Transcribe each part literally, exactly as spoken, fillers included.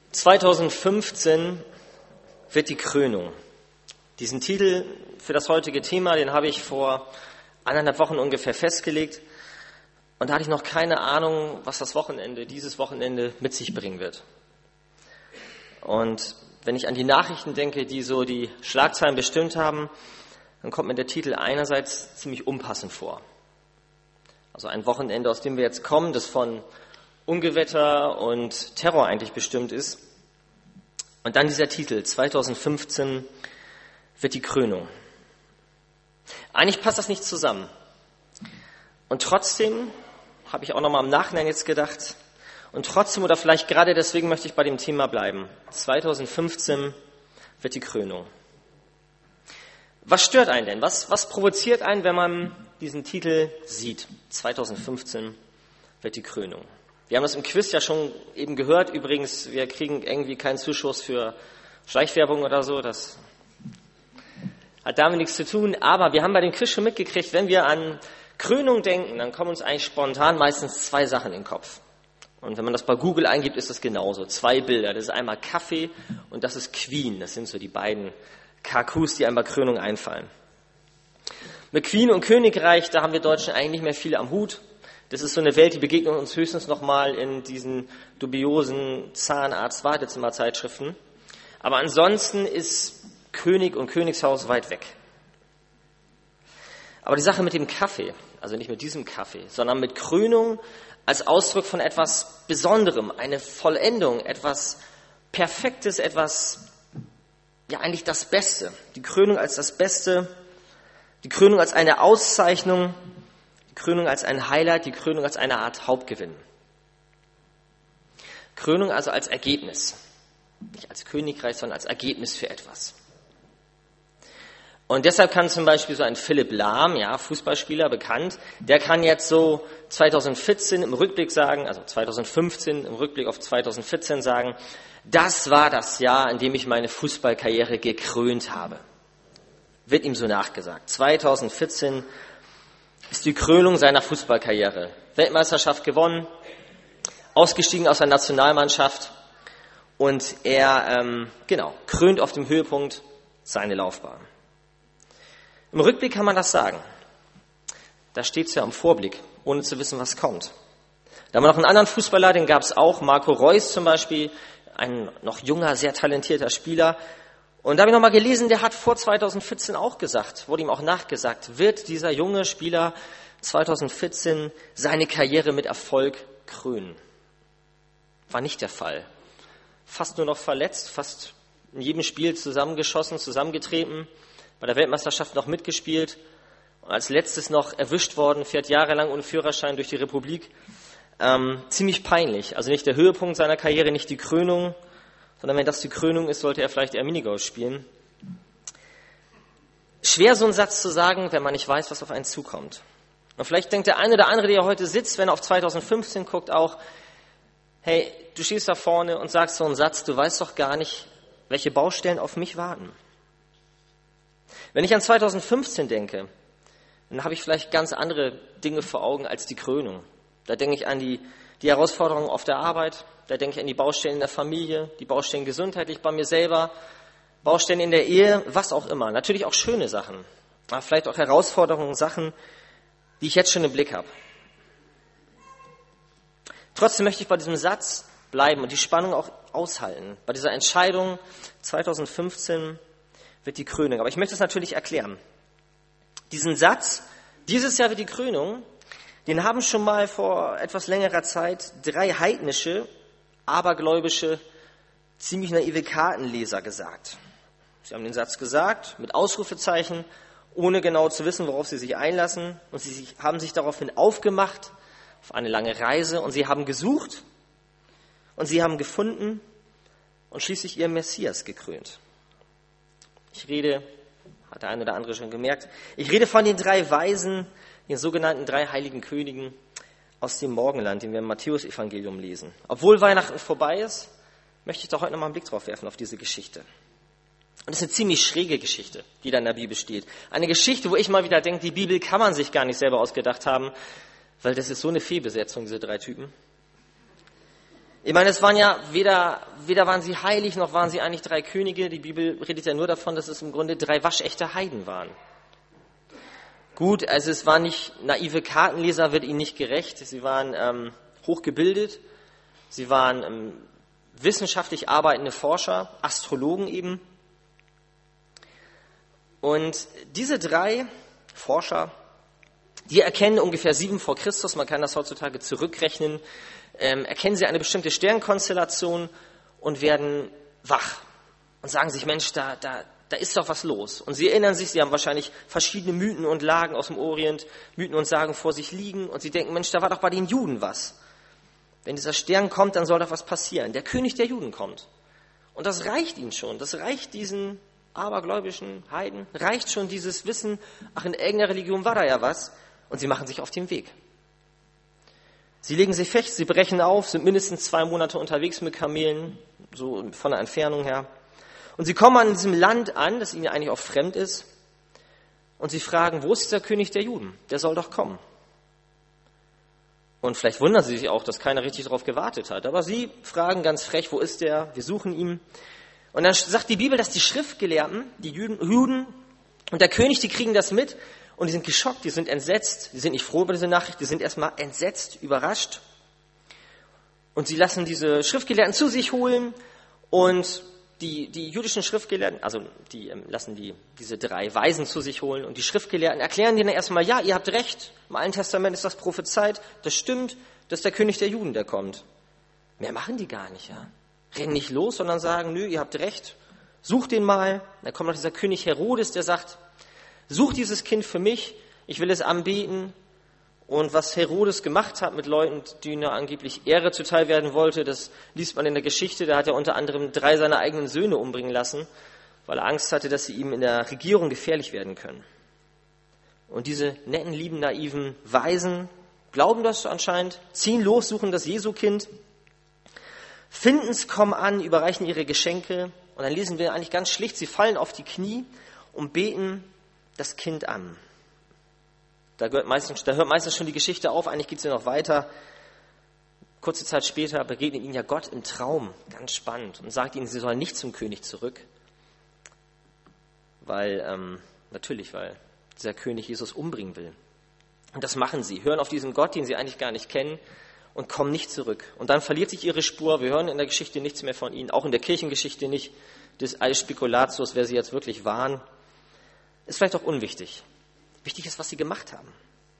zweitausendfünfzehn wird die Krönung. Diesen Titel für das heutige Thema, den habe ich vor anderthalb Wochen ungefähr festgelegt. Und da hatte ich noch keine Ahnung, was das Wochenende, dieses Wochenende mit sich bringen wird. Und wenn ich an die Nachrichten denke, die so die Schlagzeilen bestimmt haben, dann kommt mir der Titel einerseits ziemlich unpassend vor. Also ein Wochenende, aus dem wir jetzt kommen, das von Ungewetter und Terror eigentlich bestimmt ist. Und dann dieser Titel, zweitausendfünfzehn wird die Krönung. Eigentlich passt das nicht zusammen. Und trotzdem habe ich auch nochmal im Nachhinein jetzt gedacht, und trotzdem oder vielleicht gerade deswegen möchte ich bei dem Thema bleiben. zweitausendfünfzehn wird die Krönung. Was stört einen denn? Was, was provoziert einen, wenn man diesen Titel sieht? zweitausendfünfzehn wird die Krönung. Wir haben das im Quiz ja schon eben gehört. Übrigens, wir kriegen irgendwie keinen Zuschuss für Schleichwerbung oder so. Das hat damit nichts zu tun. Aber wir haben bei dem Quiz schon mitgekriegt, wenn wir an Krönung denken, dann kommen uns eigentlich spontan meistens zwei Sachen in den Kopf. Und wenn man das bei Google eingibt, ist das genauso. Zwei Bilder. Das ist einmal Kaffee und das ist Queen. Das sind so die beiden Kakus, die einem bei Krönung einfallen. Mit Queen und Königreich, da haben wir Deutschen eigentlich nicht mehr viel am Hut. Das ist so eine Welt, die begegnet uns höchstens nochmal in diesen dubiosen Zahnarzt-Wartezimmer-Zeitschriften. Aber ansonsten ist König und Königshaus weit weg. Aber die Sache mit dem Kaffee, also nicht mit diesem Kaffee, sondern mit Krönung als Ausdruck von etwas Besonderem, eine Vollendung, etwas Perfektes, etwas, ja eigentlich das Beste. Die Krönung als das Beste, die Krönung als eine Auszeichnung, die Krönung als ein Highlight, die Krönung als eine Art Hauptgewinn. Krönung also als Ergebnis, nicht als Königreich, sondern als Ergebnis für etwas. Und deshalb kann zum Beispiel so ein Philipp Lahm, ja, Fußballspieler, bekannt, der kann jetzt so zweitausendvierzehn im Rückblick sagen, also zweitausendfünfzehn im Rückblick auf zweitausendvierzehn sagen, das war das Jahr, in dem ich meine Fußballkarriere gekrönt habe. Wird ihm so nachgesagt. zweitausendvierzehn ist die Krönung seiner Fußballkarriere. Weltmeisterschaft gewonnen, ausgestiegen aus der Nationalmannschaft und er, ähm, genau, krönt auf dem Höhepunkt seine Laufbahn. Im Rückblick kann man das sagen. Da steht es ja im Vorblick, ohne zu wissen, was kommt. Da haben wir noch einen anderen Fußballer, den gab es auch, Marco Reus zum Beispiel, ein noch junger, sehr talentierter Spieler. Und da habe ich noch mal gelesen, der hat vor zweitausendvierzehn auch gesagt, wurde ihm auch nachgesagt, wird dieser junge Spieler zweitausendvierzehn seine Karriere mit Erfolg krönen. War nicht der Fall. Fast nur noch verletzt, fast in jedem Spiel zusammengeschossen, zusammengetreten. Bei der Weltmeisterschaft noch mitgespielt und als letztes noch erwischt worden, fährt jahrelang ohne Führerschein durch die Republik. Ähm, ziemlich peinlich. Also nicht der Höhepunkt seiner Karriere, nicht die Krönung, sondern wenn das die Krönung ist, sollte er vielleicht eher Minigolf spielen. Schwer, so einen Satz zu sagen, wenn man nicht weiß, was auf einen zukommt. Und vielleicht denkt der eine oder andere, der heute sitzt, wenn er auf zweitausendfünfzehn guckt, auch, hey, du stehst da vorne und sagst so einen Satz, du weißt doch gar nicht, welche Baustellen auf mich warten. Wenn ich an zweitausendfünfzehn denke, dann habe ich vielleicht ganz andere Dinge vor Augen als die Krönung. Da denke ich an die, die Herausforderungen auf der Arbeit, da denke ich an die Baustellen in der Familie, die Baustellen gesundheitlich bei mir selber, Baustellen in der Ehe, was auch immer. Natürlich auch schöne Sachen, aber vielleicht auch Herausforderungen, Sachen, die ich jetzt schon im Blick habe. Trotzdem möchte ich bei diesem Satz bleiben und die Spannung auch aushalten. Bei dieser Entscheidung zweitausendfünfzehn wird die Krönung. Aber ich möchte es natürlich erklären. Diesen Satz, dieses Jahr wird die Krönung, den haben schon mal vor etwas längerer Zeit drei heidnische, abergläubische, ziemlich naive Kartenleser gesagt. Sie haben den Satz gesagt, mit Ausrufezeichen, ohne genau zu wissen, worauf sie sich einlassen. Und sie haben sich daraufhin aufgemacht, auf eine lange Reise. Und sie haben gesucht und sie haben gefunden und schließlich ihren Messias gekrönt. Ich rede, hat der eine oder andere schon gemerkt, ich rede von den drei Weisen, den sogenannten drei heiligen Königen aus dem Morgenland, den wir im Matthäus-Evangelium lesen. Obwohl Weihnachten vorbei ist, möchte ich da heute noch mal einen Blick drauf werfen, auf diese Geschichte. Und es ist eine ziemlich schräge Geschichte, die da in der Bibel steht. Eine Geschichte, wo ich mal wieder denke, die Bibel kann man sich gar nicht selber ausgedacht haben, weil das ist so eine Fehlbesetzung, diese drei Typen. Ich meine, es waren ja weder, weder waren sie heilig, noch waren sie eigentlich drei Könige. Die Bibel redet ja nur davon, dass es im Grunde drei waschechte Heiden waren. Gut, also es waren nicht naive Kartenleser, wird ihnen nicht gerecht. Sie waren ähm, hochgebildet, sie waren ähm, wissenschaftlich arbeitende Forscher, Astrologen eben. Und diese drei Forscher, die erkennen ungefähr sieben vor Christus, man kann das heutzutage zurückrechnen, ähm, erkennen sie eine bestimmte Sternkonstellation und werden wach und sagen sich, Mensch, da, da, da ist doch was los. Und sie erinnern sich, sie haben wahrscheinlich verschiedene Mythen und Lagen aus dem Orient, Mythen und Sagen vor sich liegen und sie denken, Mensch, da war doch bei den Juden was. Wenn dieser Stern kommt, dann soll doch was passieren. Der König der Juden kommt. Und das reicht ihnen schon, das reicht diesen abergläubischen Heiden, reicht schon dieses Wissen, ach, in irgendeiner Religion war da ja was, und sie machen sich auf den Weg. Sie legen sich fest, sie brechen auf, sind mindestens zwei Monate unterwegs mit Kamelen, so von der Entfernung her. Und sie kommen an diesem Land an, das ihnen eigentlich auch fremd ist, und sie fragen, wo ist der König der Juden? Der soll doch kommen. Und vielleicht wundern sie sich auch, dass keiner richtig darauf gewartet hat. Aber sie fragen ganz frech, wo ist der? Wir suchen ihn. Und dann sagt die Bibel, dass die Schriftgelehrten, die Juden und der König, die kriegen das mit und die sind geschockt, die sind entsetzt, die sind nicht froh über diese Nachricht, die sind erstmal entsetzt, überrascht. Und sie lassen diese Schriftgelehrten zu sich holen und die, die jüdischen Schriftgelehrten, also die ähm, lassen die, diese drei Weisen zu sich holen und die Schriftgelehrten erklären denen erstmal, ja, ihr habt recht, im Alten Testament ist das prophezeit, das stimmt, das ist der König der Juden, der kommt. Mehr machen die gar nicht, ja. Rennen nicht los, sondern sagen, nö, ihr habt recht, sucht den mal. Dann kommt noch dieser König Herodes, der sagt, sucht dieses Kind für mich, ich will es anbeten. Und was Herodes gemacht hat mit Leuten, denen er angeblich Ehre zuteil werden wollte, das liest man in der Geschichte, da hat er unter anderem drei seiner eigenen Söhne umbringen lassen, weil er Angst hatte, dass sie ihm in der Regierung gefährlich werden können. Und diese netten, lieben, naiven Weisen glauben das anscheinend, ziehen los, suchen das Jesu-Kind, finden es, kommen an, überreichen ihre Geschenke und dann lesen wir eigentlich ganz schlicht, sie fallen auf die Knie und beten das Kind an. Da, gehört meistens, da hört meistens schon die Geschichte auf, eigentlich geht es ja noch weiter. Kurze Zeit später begegnet ihnen ja Gott im Traum, ganz spannend, und sagt ihnen, sie sollen nicht zum König zurück, weil, ähm, natürlich, weil dieser König Jesus umbringen will. Und das machen sie, hören auf diesen Gott, den sie eigentlich gar nicht kennen, und kommen nicht zurück. Und dann verliert sich ihre Spur. Wir hören in der Geschichte nichts mehr von ihnen, auch in der Kirchengeschichte nicht, des Eis Spekulatius, wer sie jetzt wirklich waren. Ist vielleicht auch unwichtig. Wichtig ist, was sie gemacht haben.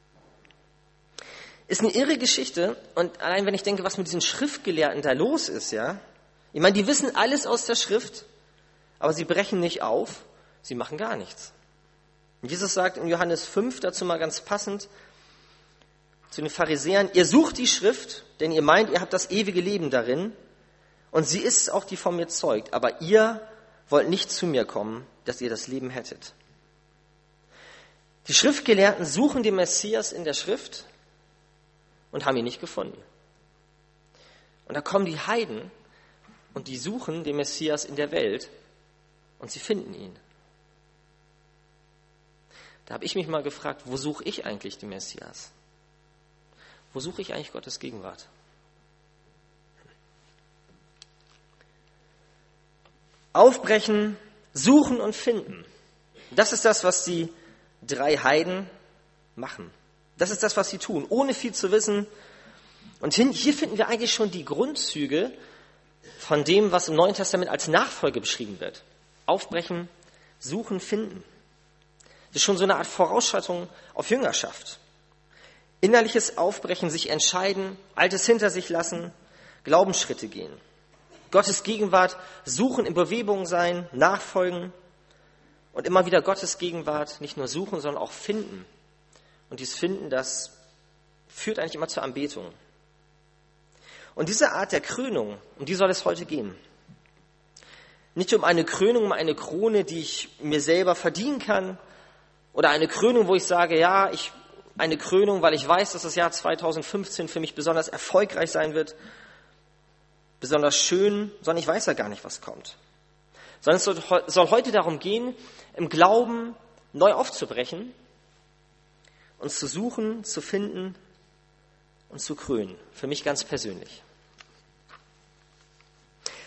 Ist eine irre Geschichte. Und allein wenn ich denke, was mit diesen Schriftgelehrten da los ist, ja. Ich meine, die wissen alles aus der Schrift, aber sie brechen nicht auf, sie machen gar nichts. Und Jesus sagt in Johannes fünf, dazu mal ganz passend, zu den Pharisäern, ihr sucht die Schrift, denn ihr meint, ihr habt das ewige Leben darin und sie ist auch, die von mir zeugt, aber ihr wollt nicht zu mir kommen, dass ihr das Leben hättet. Die Schriftgelehrten suchen den Messias in der Schrift und haben ihn nicht gefunden. Und da kommen die Heiden und die suchen den Messias in der Welt und sie finden ihn. Da habe ich mich mal gefragt, wo suche ich eigentlich den Messias? Wo suche ich eigentlich Gottes Gegenwart? Aufbrechen, suchen und finden. Das ist das, was die drei Heiden machen. Das ist das, was sie tun, ohne viel zu wissen. Und hier finden wir eigentlich schon die Grundzüge von dem, was im Neuen Testament als Nachfolge beschrieben wird. Aufbrechen, suchen, finden. Das ist schon so eine Art Vorausschauung auf Jüngerschaft. Innerliches Aufbrechen, sich entscheiden, Altes hinter sich lassen, Glaubensschritte gehen. Gottes Gegenwart suchen, in Bewegung sein, nachfolgen und immer wieder Gottes Gegenwart nicht nur suchen, sondern auch finden. Und dieses Finden, das führt eigentlich immer zur Anbetung. Und diese Art der Krönung, um die soll es heute gehen. Nicht um eine Krönung, um eine Krone, die ich mir selber verdienen kann, oder eine Krönung, wo ich sage, ja, ich eine Krönung, weil ich weiß, dass das Jahr zweitausendfünfzehn für mich besonders erfolgreich sein wird, besonders schön, sondern ich weiß ja gar nicht, was kommt. Sondern es soll, soll heute darum gehen, im Glauben neu aufzubrechen, uns zu suchen, zu finden und zu krönen. Für mich ganz persönlich.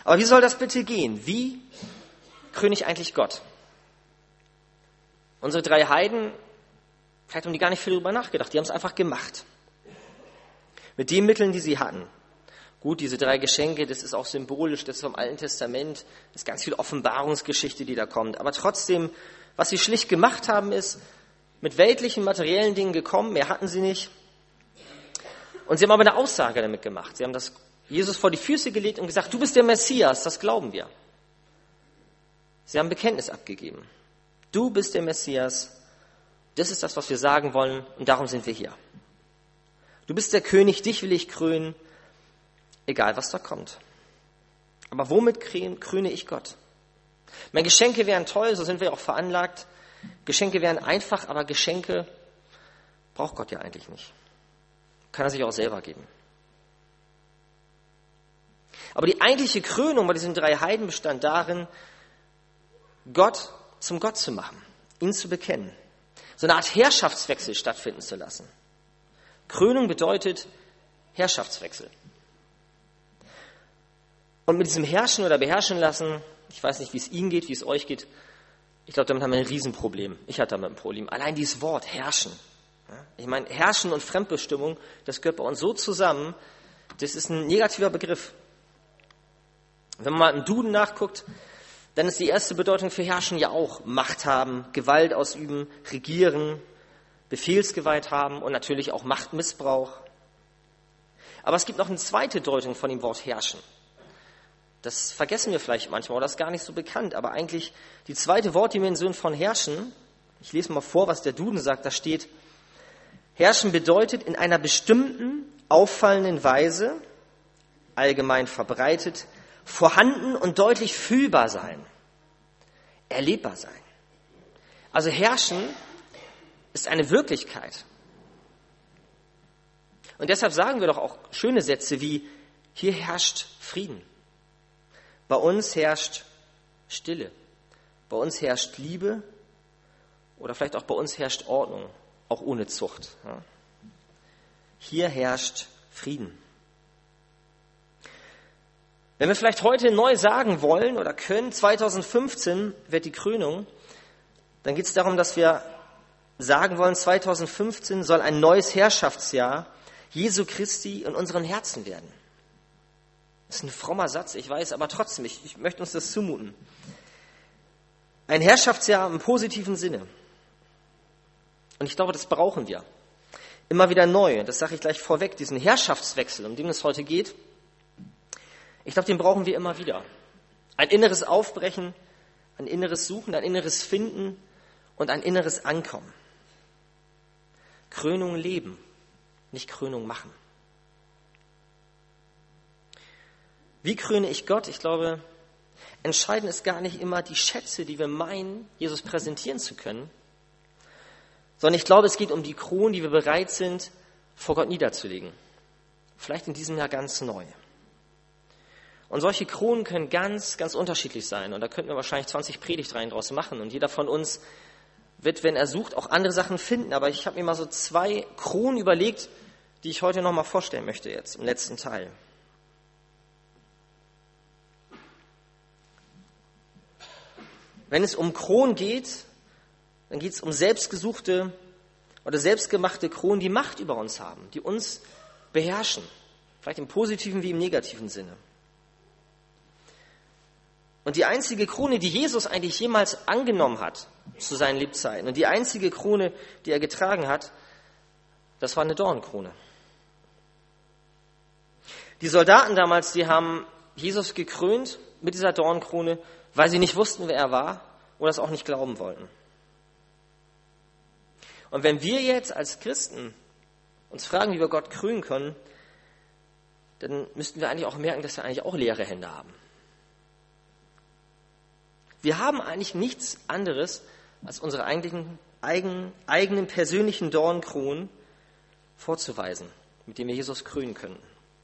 Aber wie soll das bitte gehen? Wie kröne ich eigentlich Gott? Unsere drei Heiden, vielleicht haben die gar nicht viel darüber nachgedacht, die haben es einfach gemacht. Mit den Mitteln, die sie hatten. Gut, diese drei Geschenke, das ist auch symbolisch, das ist vom Alten Testament, das ist ganz viel Offenbarungsgeschichte, die da kommt. Aber trotzdem, was sie schlicht gemacht haben, ist mit weltlichen, materiellen Dingen gekommen, mehr hatten sie nicht. Und sie haben aber eine Aussage damit gemacht. Sie haben das Jesus vor die Füße gelegt und gesagt, du bist der Messias, das glauben wir. Sie haben Bekenntnis abgegeben. Du bist der Messias, das ist das, was wir sagen wollen und darum sind wir hier. Du bist der König, dich will ich krönen, egal was da kommt. Aber womit kröne ich Gott? Meine Geschenke wären toll, so sind wir auch veranlagt. Geschenke wären einfach, aber Geschenke braucht Gott ja eigentlich nicht. Kann er sich auch selber geben. Aber die eigentliche Krönung bei diesen drei Heiden bestand darin, Gott zum Gott zu machen, ihn zu bekennen, so eine Art Herrschaftswechsel stattfinden zu lassen. Krönung bedeutet Herrschaftswechsel. Und mit diesem Herrschen oder Beherrschen lassen, ich weiß nicht, wie es Ihnen geht, wie es euch geht, ich glaube, damit haben wir ein Riesenproblem. Ich hatte damit ein Problem. Allein dieses Wort, herrschen. Ich meine, Herrschen und Fremdbestimmung, das gehört bei uns so zusammen, das ist ein negativer Begriff. Wenn man mal im Duden nachguckt, dann ist die erste Bedeutung für Herrschen ja auch Macht haben, Gewalt ausüben, regieren, Befehlsgewalt haben und natürlich auch Machtmissbrauch. Aber es gibt noch eine zweite Deutung von dem Wort herrschen. Das vergessen wir vielleicht manchmal oder ist gar nicht so bekannt, aber eigentlich die zweite Wortdimension von herrschen, ich lese mal vor, was der Duden sagt, da steht, herrschen bedeutet in einer bestimmten, auffallenden Weise, allgemein verbreitet, vorhanden und deutlich fühlbar sein, erlebbar sein. Also herrschen ist eine Wirklichkeit. Und deshalb sagen wir doch auch schöne Sätze wie, hier herrscht Frieden. Bei uns herrscht Stille. Bei uns herrscht Liebe. Oder vielleicht auch bei uns herrscht Ordnung, auch ohne Zucht. Hier herrscht Frieden. Wenn wir vielleicht heute neu sagen wollen oder können, zweitausendfünfzehn wird die Krönung, dann geht es darum, dass wir sagen wollen, zweitausendfünfzehn soll ein neues Herrschaftsjahr Jesu Christi in unseren Herzen werden. Das ist ein frommer Satz, ich weiß, aber trotzdem, ich, ich möchte uns das zumuten. Ein Herrschaftsjahr im positiven Sinne. Und ich glaube, das brauchen wir. Immer wieder neu, das sage ich gleich vorweg, diesen Herrschaftswechsel, um den es heute geht, ich glaube, den brauchen wir immer wieder. Ein inneres Aufbrechen, ein inneres Suchen, ein inneres Finden und ein inneres Ankommen. Krönung leben, nicht Krönung machen. Wie kröne ich Gott? Ich glaube, entscheidend ist gar nicht immer die Schätze, die wir meinen, Jesus präsentieren zu können, sondern ich glaube, es geht um die Kronen, die wir bereit sind, vor Gott niederzulegen. Vielleicht in diesem Jahr ganz neu. Und solche Kronen können ganz, ganz unterschiedlich sein. Und da könnten wir wahrscheinlich zwanzig Predigtreihen draus machen. Und jeder von uns wird, wenn er sucht, auch andere Sachen finden. Aber ich habe mir mal so zwei Kronen überlegt, die ich heute noch mal vorstellen möchte jetzt, im letzten Teil. Wenn es um Kronen geht, dann geht es um selbstgesuchte oder selbstgemachte Kronen, die Macht über uns haben, die uns beherrschen. Vielleicht im positiven wie im negativen Sinne. Und die einzige Krone, die Jesus eigentlich jemals angenommen hat zu seinen Lebzeiten, und die einzige Krone, die er getragen hat, das war eine Dornenkrone. Die Soldaten damals, die haben Jesus gekrönt mit dieser Dornenkrone, weil sie nicht wussten, wer er war oder es auch nicht glauben wollten. Und wenn wir jetzt als Christen uns fragen, wie wir Gott krönen können, dann müssten wir eigentlich auch merken, dass wir eigentlich auch leere Hände haben. Wir haben eigentlich nichts anderes als unsere eigentlichen, eigenen, eigenen persönlichen Dornkronen vorzuweisen, mit denen wir Jesus krönen können.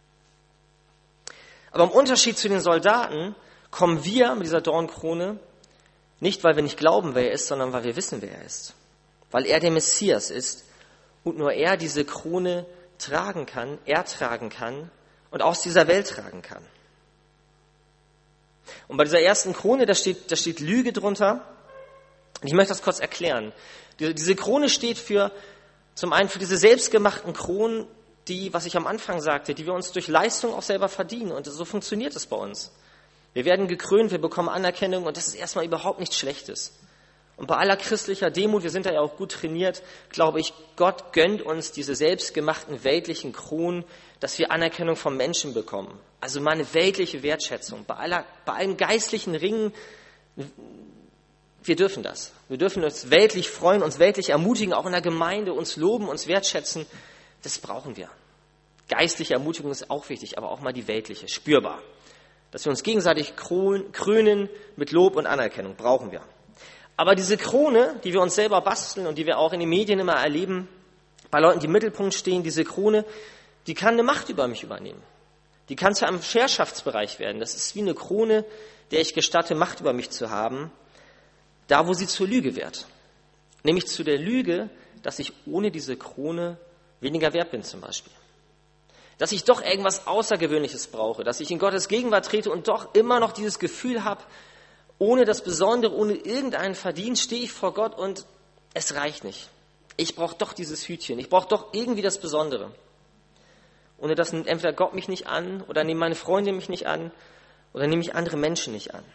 Aber im Unterschied zu den Soldaten kommen wir mit dieser Dornkrone nicht, weil wir nicht glauben, wer er ist, sondern weil wir wissen, wer er ist. Weil er der Messias ist und nur er diese Krone tragen kann, er tragen kann und aus dieser Welt tragen kann. Und bei dieser ersten Krone, da steht, da steht Lüge drunter. Und ich möchte das kurz erklären. Diese, diese Krone steht für, zum einen für diese selbstgemachten Kronen, die, was ich am Anfang sagte, die wir uns durch Leistung auch selber verdienen. Und so funktioniert es bei uns. Wir werden gekrönt, wir bekommen Anerkennung und das ist erstmal überhaupt nichts Schlechtes. Und bei aller christlicher Demut, wir sind da ja auch gut trainiert, glaube ich, Gott gönnt uns diese selbstgemachten weltlichen Kronen, dass wir Anerkennung vom Menschen bekommen. Also mal eine weltliche Wertschätzung. Bei, aller, bei allen geistlichen Ringen, wir dürfen das. Wir dürfen uns weltlich freuen, uns weltlich ermutigen, auch in der Gemeinde, uns loben, uns wertschätzen. Das brauchen wir. Geistliche Ermutigung ist auch wichtig, aber auch mal die weltliche, spürbar. Dass wir uns gegenseitig krönen mit Lob und Anerkennung, brauchen wir. Aber diese Krone, die wir uns selber basteln und die wir auch in den Medien immer erleben, bei Leuten, die im Mittelpunkt stehen, diese Krone, die kann eine Macht über mich übernehmen. Die kann zu einem Herrschaftsbereich werden. Das ist wie eine Krone, der ich gestatte, Macht über mich zu haben, da wo sie zur Lüge wird. Nämlich zu der Lüge, dass ich ohne diese Krone weniger wert bin zum Beispiel. Dass ich doch irgendwas Außergewöhnliches brauche, dass ich in Gottes Gegenwart trete und doch immer noch dieses Gefühl habe, ohne das Besondere, ohne irgendeinen Verdienst stehe ich vor Gott und es reicht nicht. Ich brauche doch dieses Hütchen, ich brauche doch irgendwie das Besondere. Ohne das nimmt entweder Gott mich nicht an oder nehmen meine Freunde mich nicht an oder nehme ich andere Menschen nicht an.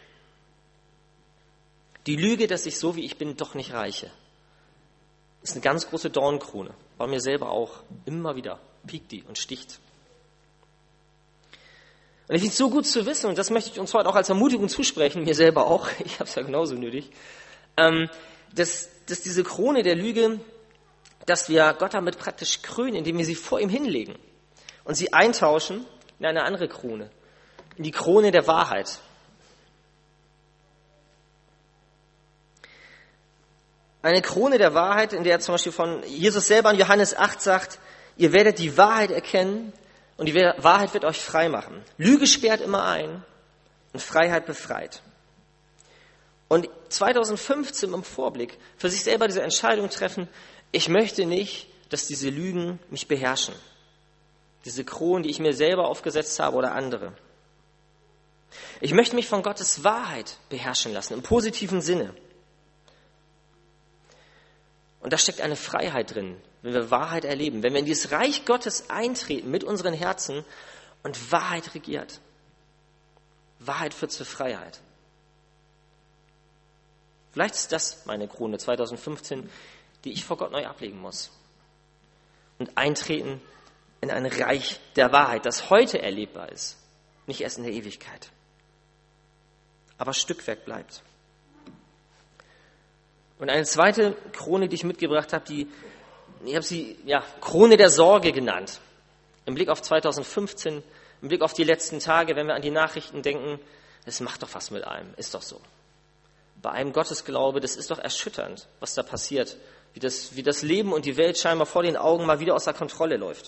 Die Lüge, dass ich so wie ich bin doch nicht reiche, ist eine ganz große Dornkrone. Bei mir selber auch immer wieder piekt die und sticht. Und ich finde es so gut zu wissen, und das möchte ich uns heute auch als Ermutigung zusprechen, mir selber auch, ich habe es ja genauso nötig, ähm, dass, dass diese Krone der Lüge, dass wir Gott damit praktisch krönen, indem wir sie vor ihm hinlegen und sie eintauschen in eine andere Krone, in die Krone der Wahrheit. Eine Krone der Wahrheit, in der zum Beispiel von Jesus selber in Johannes acht sagt, ihr werdet die Wahrheit erkennen, und die Wahrheit wird euch frei machen. Lüge sperrt immer ein und Freiheit befreit. Und zweitausendfünfzehn im Vorblick für sich selber diese Entscheidung treffen, ich möchte nicht, dass diese Lügen mich beherrschen. Diese Kronen, die ich mir selber aufgesetzt habe oder andere. Ich möchte mich von Gottes Wahrheit beherrschen lassen, im positiven Sinne. Und da steckt eine Freiheit drin, wenn wir Wahrheit erleben, wenn wir in dieses Reich Gottes eintreten mit unseren Herzen und Wahrheit regiert. Wahrheit führt zur Freiheit. Vielleicht ist das meine Krone zweitausendfünfzehn, die ich vor Gott neu ablegen muss. Und eintreten in ein Reich der Wahrheit, das heute erlebbar ist, nicht erst in der Ewigkeit. Aber Stückwerk bleibt. Und eine zweite Krone, die ich mitgebracht habe, die, ich habe sie ja, Krone der Sorge genannt. Im Blick auf zweitausendfünfzehn, im Blick auf die letzten Tage, wenn wir an die Nachrichten denken, es macht doch was mit einem, ist doch so. Bei einem Gottesglaube, das ist doch erschütternd, was da passiert, wie das, wie das Leben und die Welt scheinbar vor den Augen mal wieder aus der Kontrolle läuft.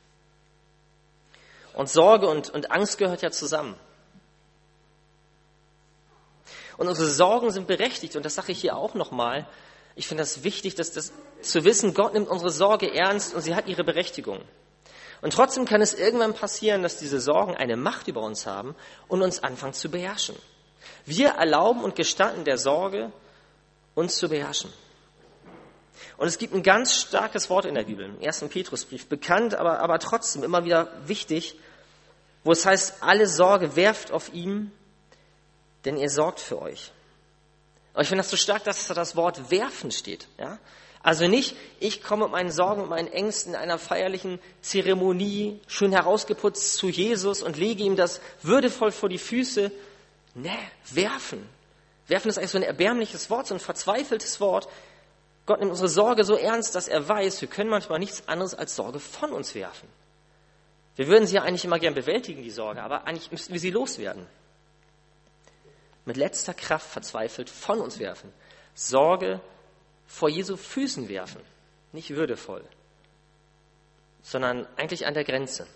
Und Sorge und, und Angst gehört ja zusammen. Und unsere Sorgen sind berechtigt, und das sage ich hier auch nochmal. Ich finde das wichtig, dass das zu wissen, Gott nimmt unsere Sorge ernst und sie hat ihre Berechtigung. Und trotzdem kann es irgendwann passieren, dass diese Sorgen eine Macht über uns haben und uns anfangen zu beherrschen. Wir erlauben und gestatten der Sorge, uns zu beherrschen. Und es gibt ein ganz starkes Wort in der Bibel, im ersten Petrusbrief, bekannt, aber, aber trotzdem immer wieder wichtig, wo es heißt, alle Sorge werft auf ihn, denn er sorgt für euch. Aber ich finde das so stark, dass da das Wort werfen steht. Ja? Also nicht, ich komme mit meinen Sorgen und meinen Ängsten in einer feierlichen Zeremonie, schön herausgeputzt zu Jesus und lege ihm das würdevoll vor die Füße. Ne, werfen. Werfen ist eigentlich so ein erbärmliches Wort, so ein verzweifeltes Wort. Gott nimmt unsere Sorge so ernst, dass er weiß, wir können manchmal nichts anderes als Sorge von uns werfen. Wir würden sie ja eigentlich immer gern bewältigen, die Sorge, aber eigentlich müssten wir sie loswerden. Mit letzter Kraft verzweifelt von uns werfen. Sorge vor Jesu Füßen werfen. Nicht würdevoll, sondern eigentlich an der Grenze.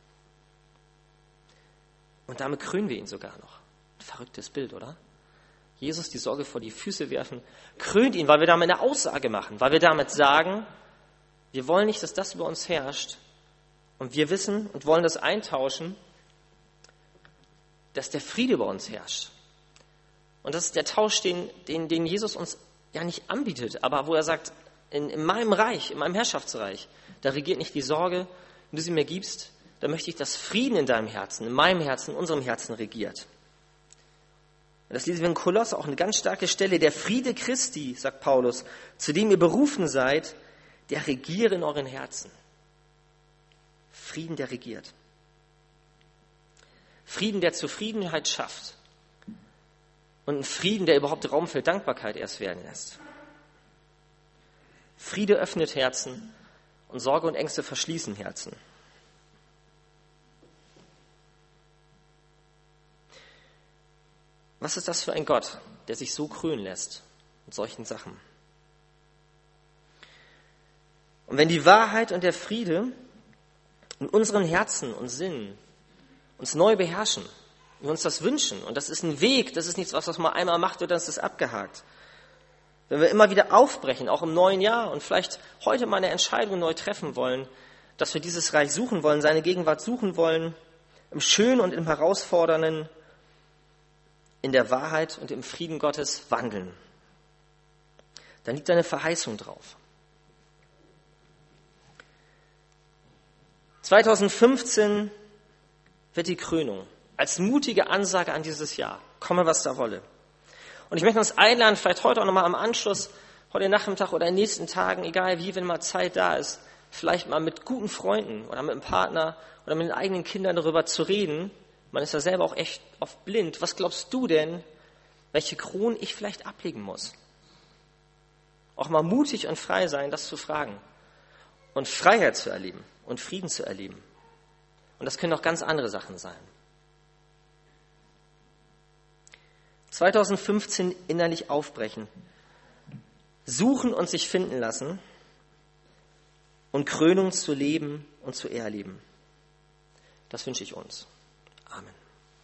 Und damit krönen wir ihn sogar noch. Ein verrücktes Bild, oder? Jesus die Sorge vor die Füße werfen, krönt ihn, weil wir damit eine Aussage machen, weil wir damit sagen, wir wollen nicht, dass das über uns herrscht. Und wir wissen und wollen das eintauschen, dass der Friede über uns herrscht. Und das ist der Tausch, den, den, den Jesus uns ja nicht anbietet, aber wo er sagt, in, in meinem Reich, in meinem Herrschaftsreich, da regiert nicht die Sorge, wenn du sie mir gibst, da möchte ich, dass Frieden in deinem Herzen, in meinem Herzen, in unserem Herzen regiert. Und das lesen wir in Kolosser, auch eine ganz starke Stelle. Der Friede Christi, sagt Paulus, zu dem ihr berufen seid, der regiere in euren Herzen. Frieden, der regiert. Frieden, der Zufriedenheit schafft. Und ein Frieden, der überhaupt Raum für Dankbarkeit erst werden lässt. Friede öffnet Herzen und Sorge und Ängste verschließen Herzen. Was ist das für ein Gott, der sich so krönen lässt mit solchen Sachen? Und wenn die Wahrheit und der Friede in unseren Herzen und Sinnen uns neu beherrschen, wir uns das wünschen, und das ist ein Weg, das ist nichts, was man einmal macht und dann ist es abgehakt. Wenn wir immer wieder aufbrechen, auch im neuen Jahr, und vielleicht heute mal eine Entscheidung neu treffen wollen, dass wir dieses Reich suchen wollen, seine Gegenwart suchen wollen, im Schönen und im Herausfordernden, in der Wahrheit und im Frieden Gottes wandeln, dann liegt eine Verheißung drauf. zweitausendfünfzehn wird die Krönung als mutige Ansage an dieses Jahr, komme was da wolle. Und ich möchte uns einladen, vielleicht heute auch nochmal am Anschluss, heute Nachmittag oder in den nächsten Tagen, egal wie, wenn mal Zeit da ist, vielleicht mal mit guten Freunden oder mit einem Partner oder mit den eigenen Kindern darüber zu reden. Man ist ja selber auch echt oft blind. Was glaubst du denn, welche Kronen ich vielleicht ablegen muss? Auch mal mutig und frei sein, das zu fragen. Und Freiheit zu erleben und Frieden zu erleben. Und das können auch ganz andere Sachen sein. zweitausendfünfzehn innerlich aufbrechen, suchen und sich finden lassen und Krönung zu leben und zu erleben. Das wünsche ich uns. Amen.